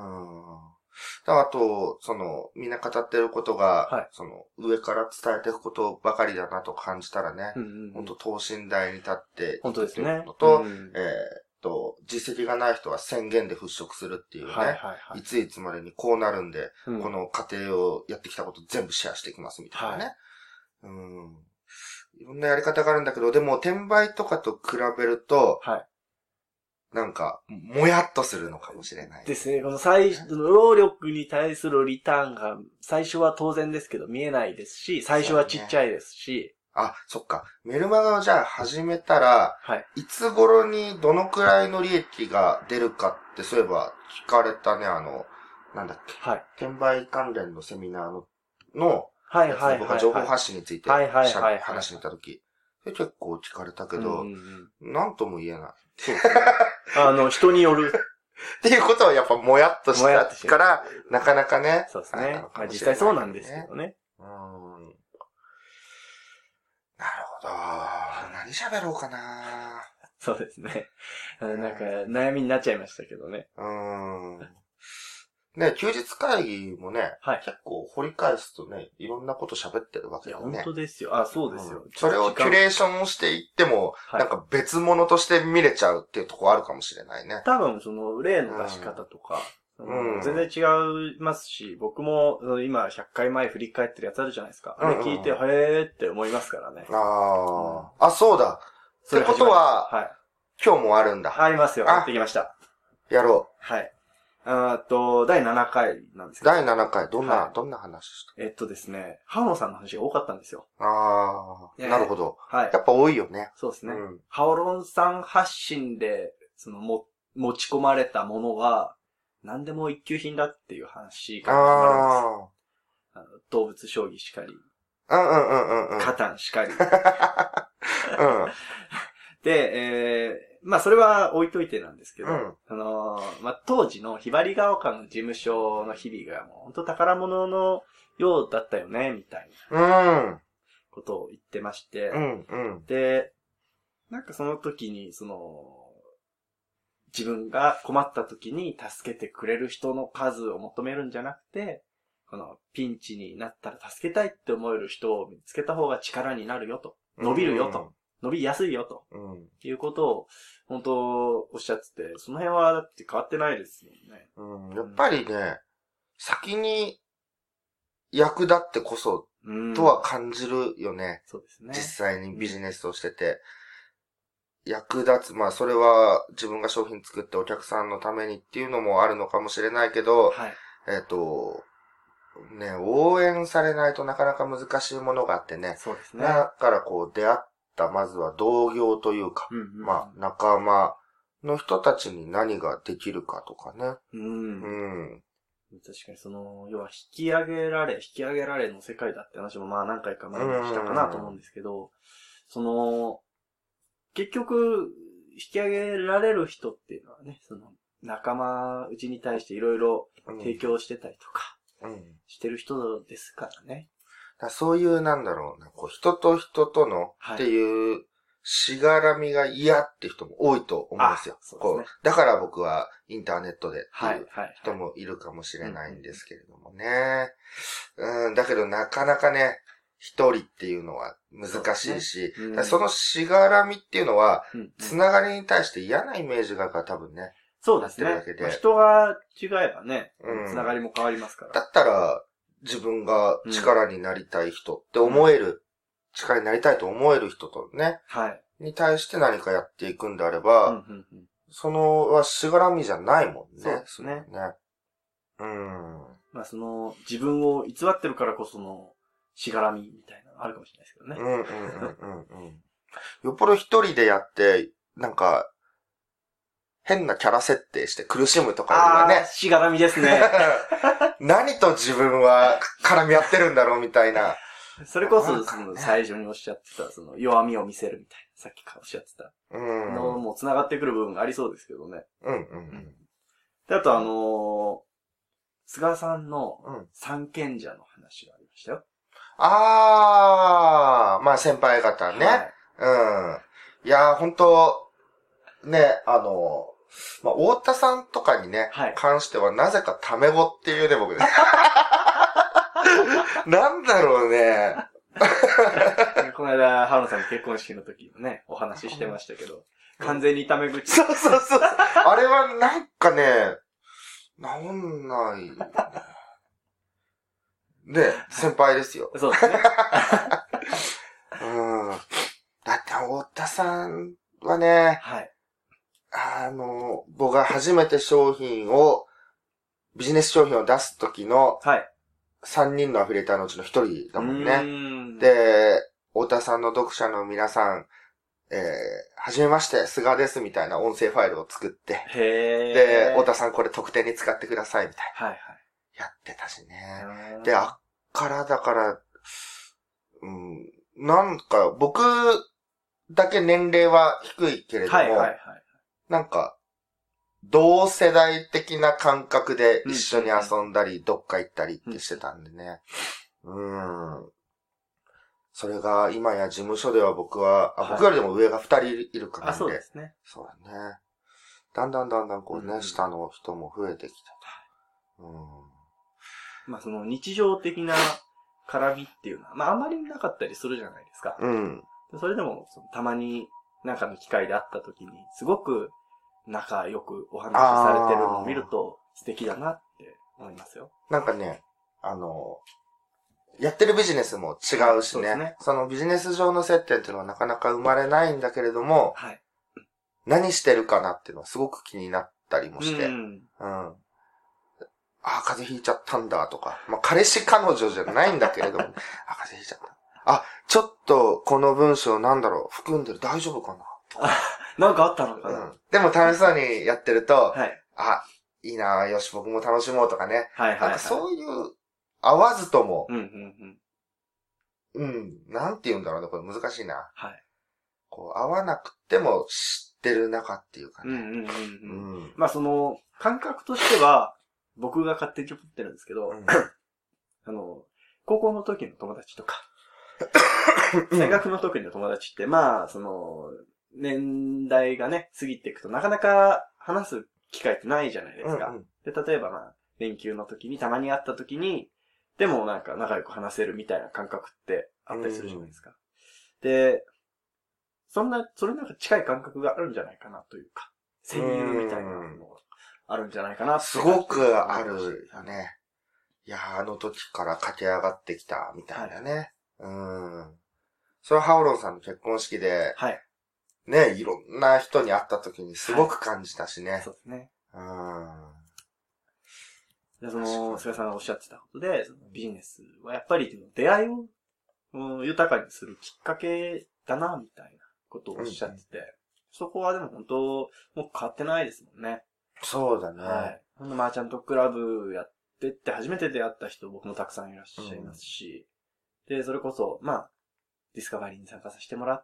あと、その、みんな語ってることが、はい、その、上から伝えていくことばかりだなと感じたらね、うんうんうん、本当等身大に立って本当ですね。 のと、うん、えー、っと、実績がない人は宣言で払拭するっていうね、はいはいはい、いついつまでにこうなるんで、うん、この過程をやってきたこと全部シェアしていきますみたいなね。はい、うん。いろんなやり方があるんだけど、でも転売とかと比べると、はいなんか、もやっとするのかもしれない。 ですね。この最初、労力に対するリターンが、最初は当然ですけど見えないですし、最初はちっちゃいですし。 あ、そっか。メルマガをじゃあ始めたら、はい。いつ頃にどのくらいの利益が出るかって、そういえば聞かれたね、あの、なんだっけ。はい。転売関連のセミナーの、の、はいはいはい、はい。僕が情報発信について、はいはいはい、はい。話しに行った時。結構聞かれたけど、うんうん、なんとも言えない。 そうですね。あの、人による。 っていうことはやっぱもやっとしたから、なかなかね。 そうですね。まあ実際そうなんですけどね。うん。 なるほど。何喋ろうかな。 そうですね。なんか悩みになっちゃいましたけどね。 うん。ね、休日会議もね、はい、結構掘り返すとね、いろんなこと喋ってるわけだよね。 いや、本当ですよ。あ、そうですよ。うん、 それをキュレーションしていっても、はい、なんか別物として見れちゃうっていうところあるかもしれないね。 多分、その、例の出し方とか、うんうん、全然違いますし、僕も今ひゃっかいまえ振り返ってるやつあるじゃないですか。あれ聞いて、うんうん、へーって思いますからね。 ああ、うん、あ、そうだ。ってことは、はい、 今日もあるんだ。 ありますよ。やってきました。 やろう。はい。あと、だいななかいなんですけど。 だいななかい、どんな、はい、どんな話したえっとですね、ハオロンさんの話が多かったんですよ。 ああ、なるほど。 はい。 やっぱ多いよね。 そうですね。うん、ハオロンさん発信で、その、も、持ち込まれたものは、何でも一級品だっていう話から始まるんですよ。あの動物将棋しかり。 うんうんうんうん。 カタンしかり。 うん。 で、えー、まあそれは置いといてなんですけど、うん、あのー、まあ当時のひばりが丘の事務所の日々がもう本当宝物のようだったよね、みたいなことを言ってまして、 うんうん、 で、なんかその時にその、自分が困った時に助けてくれる人の数を求めるんじゃなくて、このピンチになったら助けたいって思える人を見つけた方が力になるよと。伸びるよと。伸びやすいよと。うん、いうことを本当おっしゃってて、その辺はだって変わってないですよね。 うん、やっぱりね、うん、先に役立ってこそとは感じるよね。 うん、そうですね。 実際にビジネスをしてて。役立つ。まあ、それは自分が商品作ってお客さんのためにっていうのもあるのかもしれないけど、はい、えっと、ね、応援されないとなかなか難しいものがあってね。 そうですね。 だからこう出会ったまずは同業というか、うんうんうん、まあ仲間の人たちに何ができるかとかね。 うん。うん。確かにその、要は引き上げられ、引き上げられの世界だって話もまあ何回か前にしたかなと思うんですけど、その、結局、引き上げられる人っていうのはね、その、仲間うちに対していろいろ提供してたりとか、うん、してる人ですからね。 だそういう、なんだろうな、こう、人と人とのっていう、しがらみが嫌って人も多いと思うんですよ。そうですね、こうだから僕はインターネットでっていう人もいるかもしれないんですけれどもね。うん、だけどなかなかね、一人っていうのは難しいし、そ,、ねうん、そのしがらみっていうのは、つながりに対して嫌なイメージが多分ね、 そうですね。まあ、人が違えばね、うん、つながりも変わりますから。 だったら、自分が力になりたい人って思える、うん、力になりたいと思える人とね、はい。に対して何かやっていくんであれば、うんうんうん、そのはしがらみじゃないもんね。 そうですね。 ね。うん。 まあその、自分を偽ってるからこその、しがらみみたいなのあるかもしれないですけどね。 うんうんうんうんうん。よっぽど一人でやって、なんか、変なキャラ設定して苦しむとかよりはね。 しがらみですね。 何と自分は絡み合ってるんだろうみたいな。 それこそ、その最初におっしゃってた、その弱みを見せるみたいな、さっきからおっしゃってた。うん。のもう繋がってくる部分がありそうですけどね。 うんうんうん。 で、あとあのー、菅さんの三賢者の話がありましたよ。 あー、まあ先輩方ね。はい、うん。いやー、ほんと、ね、あの、まあ、太田さんとかにね、はい、関してはなぜかタメ語っていうね、僕ね。なんだろうね。 この間、ハロンさんの結婚式の時もね、お話ししてましたけど、完全にタメ口。 そうそうそう。あれはなんかね、なんない、ね。で、先輩ですよ。 そうですね。 うん。だって、太田さんはね、 はい。 あの、僕が初めて商品を、ビジネス商品を出す時の、はい。さんにんのアフィリエーターのうちのひとりだもんね。んで、太田さんの読者の皆さん、えー、はじめまして、菅ですみたいな音声ファイルを作って、へで、太田さんこれ特典に使ってくださいみたいな。はいはい。やってたしね。で、あっからだから、うん、なんか僕だけ年齢は低いけれども、はいはいはい。なんか、同世代的な感覚で一緒に遊んだり、どっか行ったりってしてたんでね。うん。うんそれが今や事務所では僕は、あ、僕よりでも上が二人いるからね。 あ、そうですね。 そうだね。だんだんだんだんこうね、うん、下の人も増えてきてた。うん。 まあその日常的な絡みっていうのは、まああまりなかったりするじゃないですか。うん。それでも、そのたまになんかの機会で会った時に、すごく仲良くお話しされてるのを見ると素敵だなって思いますよ。 なんかね、あの、やってるビジネスも違うしね。そねそのビジネス上の接点っていうのはなかなか生まれないんだけれども、はい、 何してるかなっていうのはすごく気になったりもして、 うん。 うん。ああ、風邪ひいちゃったんだとか、まあ、彼氏彼女じゃないんだけれども、あ、風邪ひいちゃった。あ、ちょっとこの文章なんだろう、含んでる大丈夫かなあ、なんかあったのかな、 うん、でも楽しそうにやってると、 はい。 あ、いいな、よし、僕も楽しもうとかね。 はいはい、はい。 なんかそういう、合わずとも、 うんうんうん。うん、なんて言うんだろうね、これ難しいな。 はい。 こう、合わなくても知ってる中っていうかね。 うんうんうんうん。うん、まあその、感覚としては、僕が勝手に思ってるんですけど、うん、あの、高校の時の友達とか、大学の時の友達って、まあ、その、年代がね、過ぎていくとなかなか話す機会ってないじゃないですか。うんうん、で、例えばまあ、連休の時に、たまに会った時に、でもなんか仲良く話せるみたいな感覚ってあったりするじゃないですか。うん、で、そんな、それなんか近い感覚があるんじゃないかなというか、戦友みたいなのがあるんじゃないかなって。 すごくあるよね。いやー、あの時から駆け上がってきたみたいなね。はい、うん。それはハオロンさんの結婚式で、はい。ね、いろんな人に会った時にすごく感じたしね。はい、 そうですね。 うん。 で、その、菅さんがおっしゃってたことで、そのビジネスはやっぱり出会いを、うん、豊かにするきっかけだな、みたいなことをおっしゃってて、うん、そこはでも本当、もう変わってないですもんね。 そうだね。 はい。マーチャントクラブやってって初めて出会った人僕もたくさんいらっしゃいますし、うん、で、それこそ、まあ、ディスカバリーに参加させてもらって、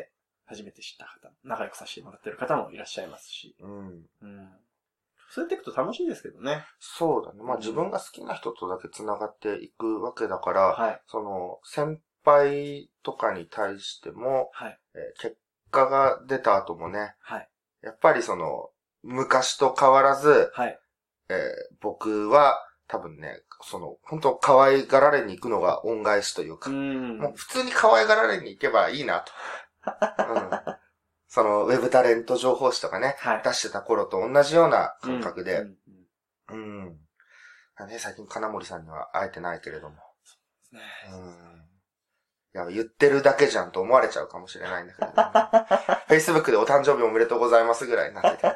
初めて知った方、仲良くさせてもらってる方もいらっしゃいますし。うん。うん。そうやっていくと楽しいですけどね。 そうだね。まあ、うん、自分が好きな人とだけ繋がっていくわけだから、はい、その、先輩とかに対しても、はい、えー、結果が出た後もね、はい、やっぱりその、昔と変わらず、はい、えー、僕は多分ね、その、本当可愛がられに行くのが恩返しというか、うん、もう普通に可愛がられに行けばいいなと。うん、その、ウェブタレント情報誌とかね、はい、出してた頃と同じような感覚で、うんうんうん、ね、最近金森さんには会えてないけれども、そうですね、うん、いや、言ってるだけじゃんと思われちゃうかもしれないんだけど、ね、Facebook でお誕生日おめでとうございますぐらいになってて。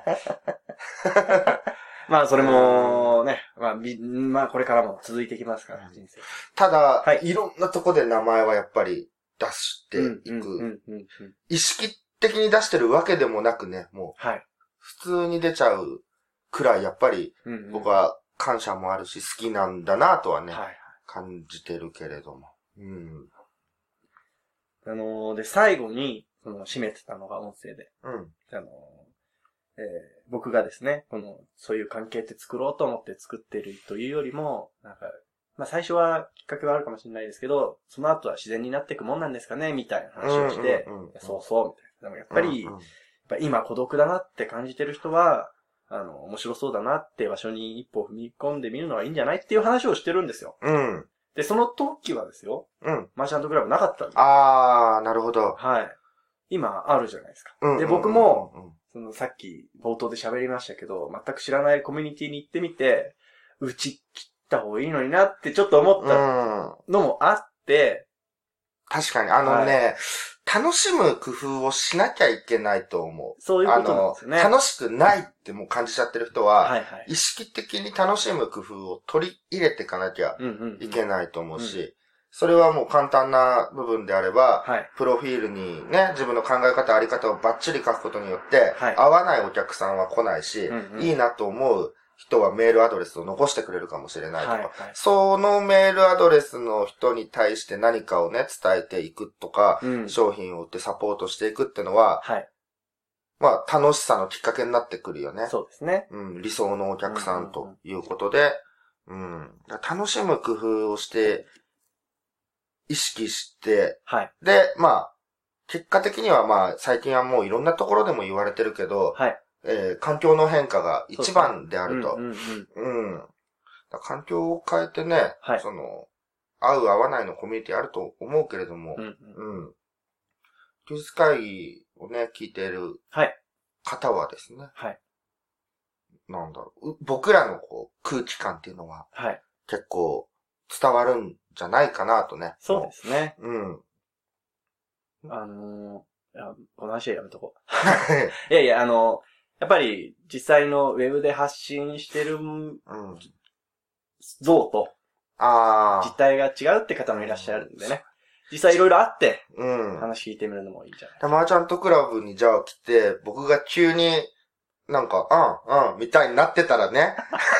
まあ、それもね、まあ、まあ、これからも続いていきますから、人生。 ただ、はい、いろんなとこで名前はやっぱり出していく。意識的に出してるわけでもなくね、もう、はい、普通に出ちゃうくらい、やっぱり、僕は感謝もあるし、好きなんだなとはね、はい、感じてるけれども。うん、 あのー、で、最後に、その、締めてたのが音声で。うん。あのー、えー、僕がですね、この、そういう関係って作ろうと思って作ってるというよりも、なんか、まあ最初はきっかけはあるかもしれないですけど、その後は自然になっていくもんなんですかね、みたいな話をして、うんうんうん、そうそう、みたいな。でもやっぱり、うんうん、やっぱ今孤独だなって感じてる人は、あの、面白そうだなって場所に一歩踏み込んでみるのがいいんじゃないっていう話をしてるんですよ。うん。で、その時はですよ、うん。マーチャントクラブなかったんで。 あー、なるほど。 はい。今あるじゃないですか。うんうんうんうん、で、僕も、そのさっき冒頭で喋りましたけど、全く知らないコミュニティに行ってみて、打ち切った方がいいのになってちょっと思ったのもあって、 うん、確かに、あのね、はい、楽しむ工夫をしなきゃいけないと思う。 そういうことなんですよね。 楽しくないってもう感じちゃってる人は、はいはい、意識的に楽しむ工夫を取り入れていかなきゃいけないと思うし、うんうんうん、それはもう簡単な部分であれば、はい、プロフィールにね、自分の考え方、あり方をバッチリ書くことによって、はい、合わないお客さんは来ないし、うんうん、いいなと思う人はメールアドレスを残してくれるかもしれないとか、はいはい、そのメールアドレスの人に対して何かをね、伝えていくとか、うん、商品を売ってサポートしていくってのは、はい、まあ楽しさのきっかけになってくるよね。 そうですね。 うん、理想のお客さんということで、うんうんうん、楽しむ工夫をして、意識して、はい。で、まあ、結果的にはまあ、最近はもういろんなところでも言われてるけど、はい。えー、環境の変化が一番であると。う, うんうん、うん。環境を変えてね、はい。その、合う合わないのコミュニティあると思うけれども、うん、うん。うん。休日会議をね、聞いている方はですね、はい。なんだろう、僕らのこう空気感っていうのは、はい。結構伝わるんじゃないかなとね。 そうですね。 うん。 あのこの話はやめとこう。いやいや、あの、やっぱり実際のウェブで発信してる像と実態が違うって方もいらっしゃるんでね。実際いろいろあって、話聞いてみるのもいいんじゃないですか。 マーチャントクラブにじゃあ来て、僕が急になんか、うん、うん、みたいになってたらね。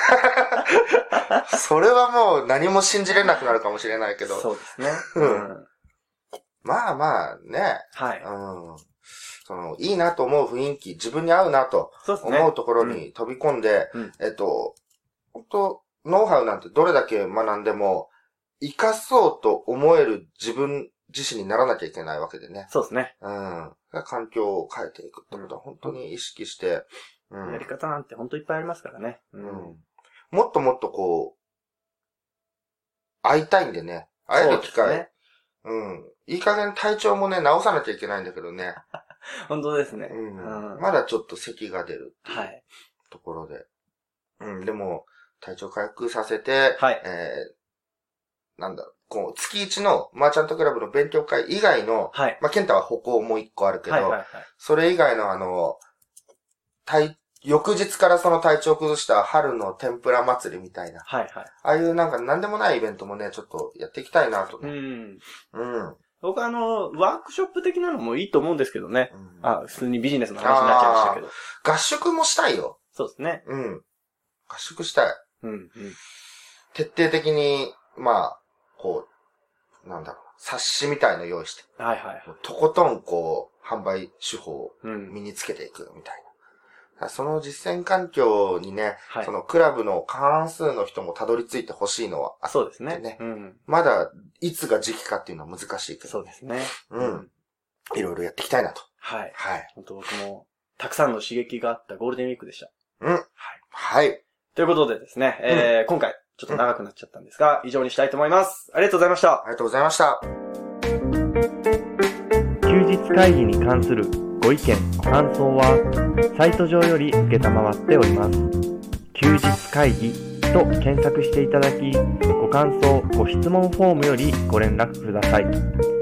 それはもう何も信じれなくなるかもしれないけど。 そうですね。うん、 まあまあね。 はい。 うん。その、いいなと思う雰囲気、自分に合うなと思うところに飛び込んで、うん、えっと、本当ノウハウなんてどれだけ学んでも、活かそうと思える自分自身にならなきゃいけないわけでね。 そうですね。 うん。環境を変えていくってことは本当に意識して、 うん、やり方なんて本当いっぱいありますからね。 うん。うん、もっともっとこう、会いたいんでね。会える機会。う, ね、うん。いい加減体調もね、直さなきゃいけないんだけどね。 本当ですね。 うん。うん、まだちょっと咳が出るっていうところで。はい、うん。でも、体調回復させて、 はい。 えー、なんだろう、こう、月一のマーチャントクラブの勉強会以外の、 はい。 まあ、ケンタは歩行も一個あるけど、 はいはいはい、 それ以外のあの、体、翌日からその体調を崩した春の天ぷら祭りみたいな。 はいはい。 ああいうなんか何でもないイベントもね、ちょっとやっていきたいなと、ね。 うん。 うん。 僕はあの、ワークショップ的なのもいいと思うんですけどね。うん、あ、普通にビジネスの話になっちゃいましたけど。 合宿もしたいよ。 そうですね。 うん。合宿したい。 うん、うん。 徹底的に、まあ、こう、なんだろう、冊子みたいの用意して。 はいはい。 とことんこう、販売手法を身につけていくみたいな。うん、その実践環境にね、はい、そのクラブの過半数の人もたどり着いてほしいのはあってね。 そうですね。うん、 まだ、いつが時期かっていうのは難しいけど、ね。 そうですね。 うん。いろいろやっていきたいなと。 はい。 はい。 本当僕も、たくさんの刺激があったゴールデンウィークでした。 うん。はい。はい。 ということでですね、えーうん、今回、ちょっと長くなっちゃったんですが、うん、以上にしたいと思います。ありがとうございました。 ありがとうございました。 休日会議に関するご意見、ご感想は、サイト上より受けたまわっております。休日会議と検索していただき、ご感想、ご質問フォームよりご連絡ください。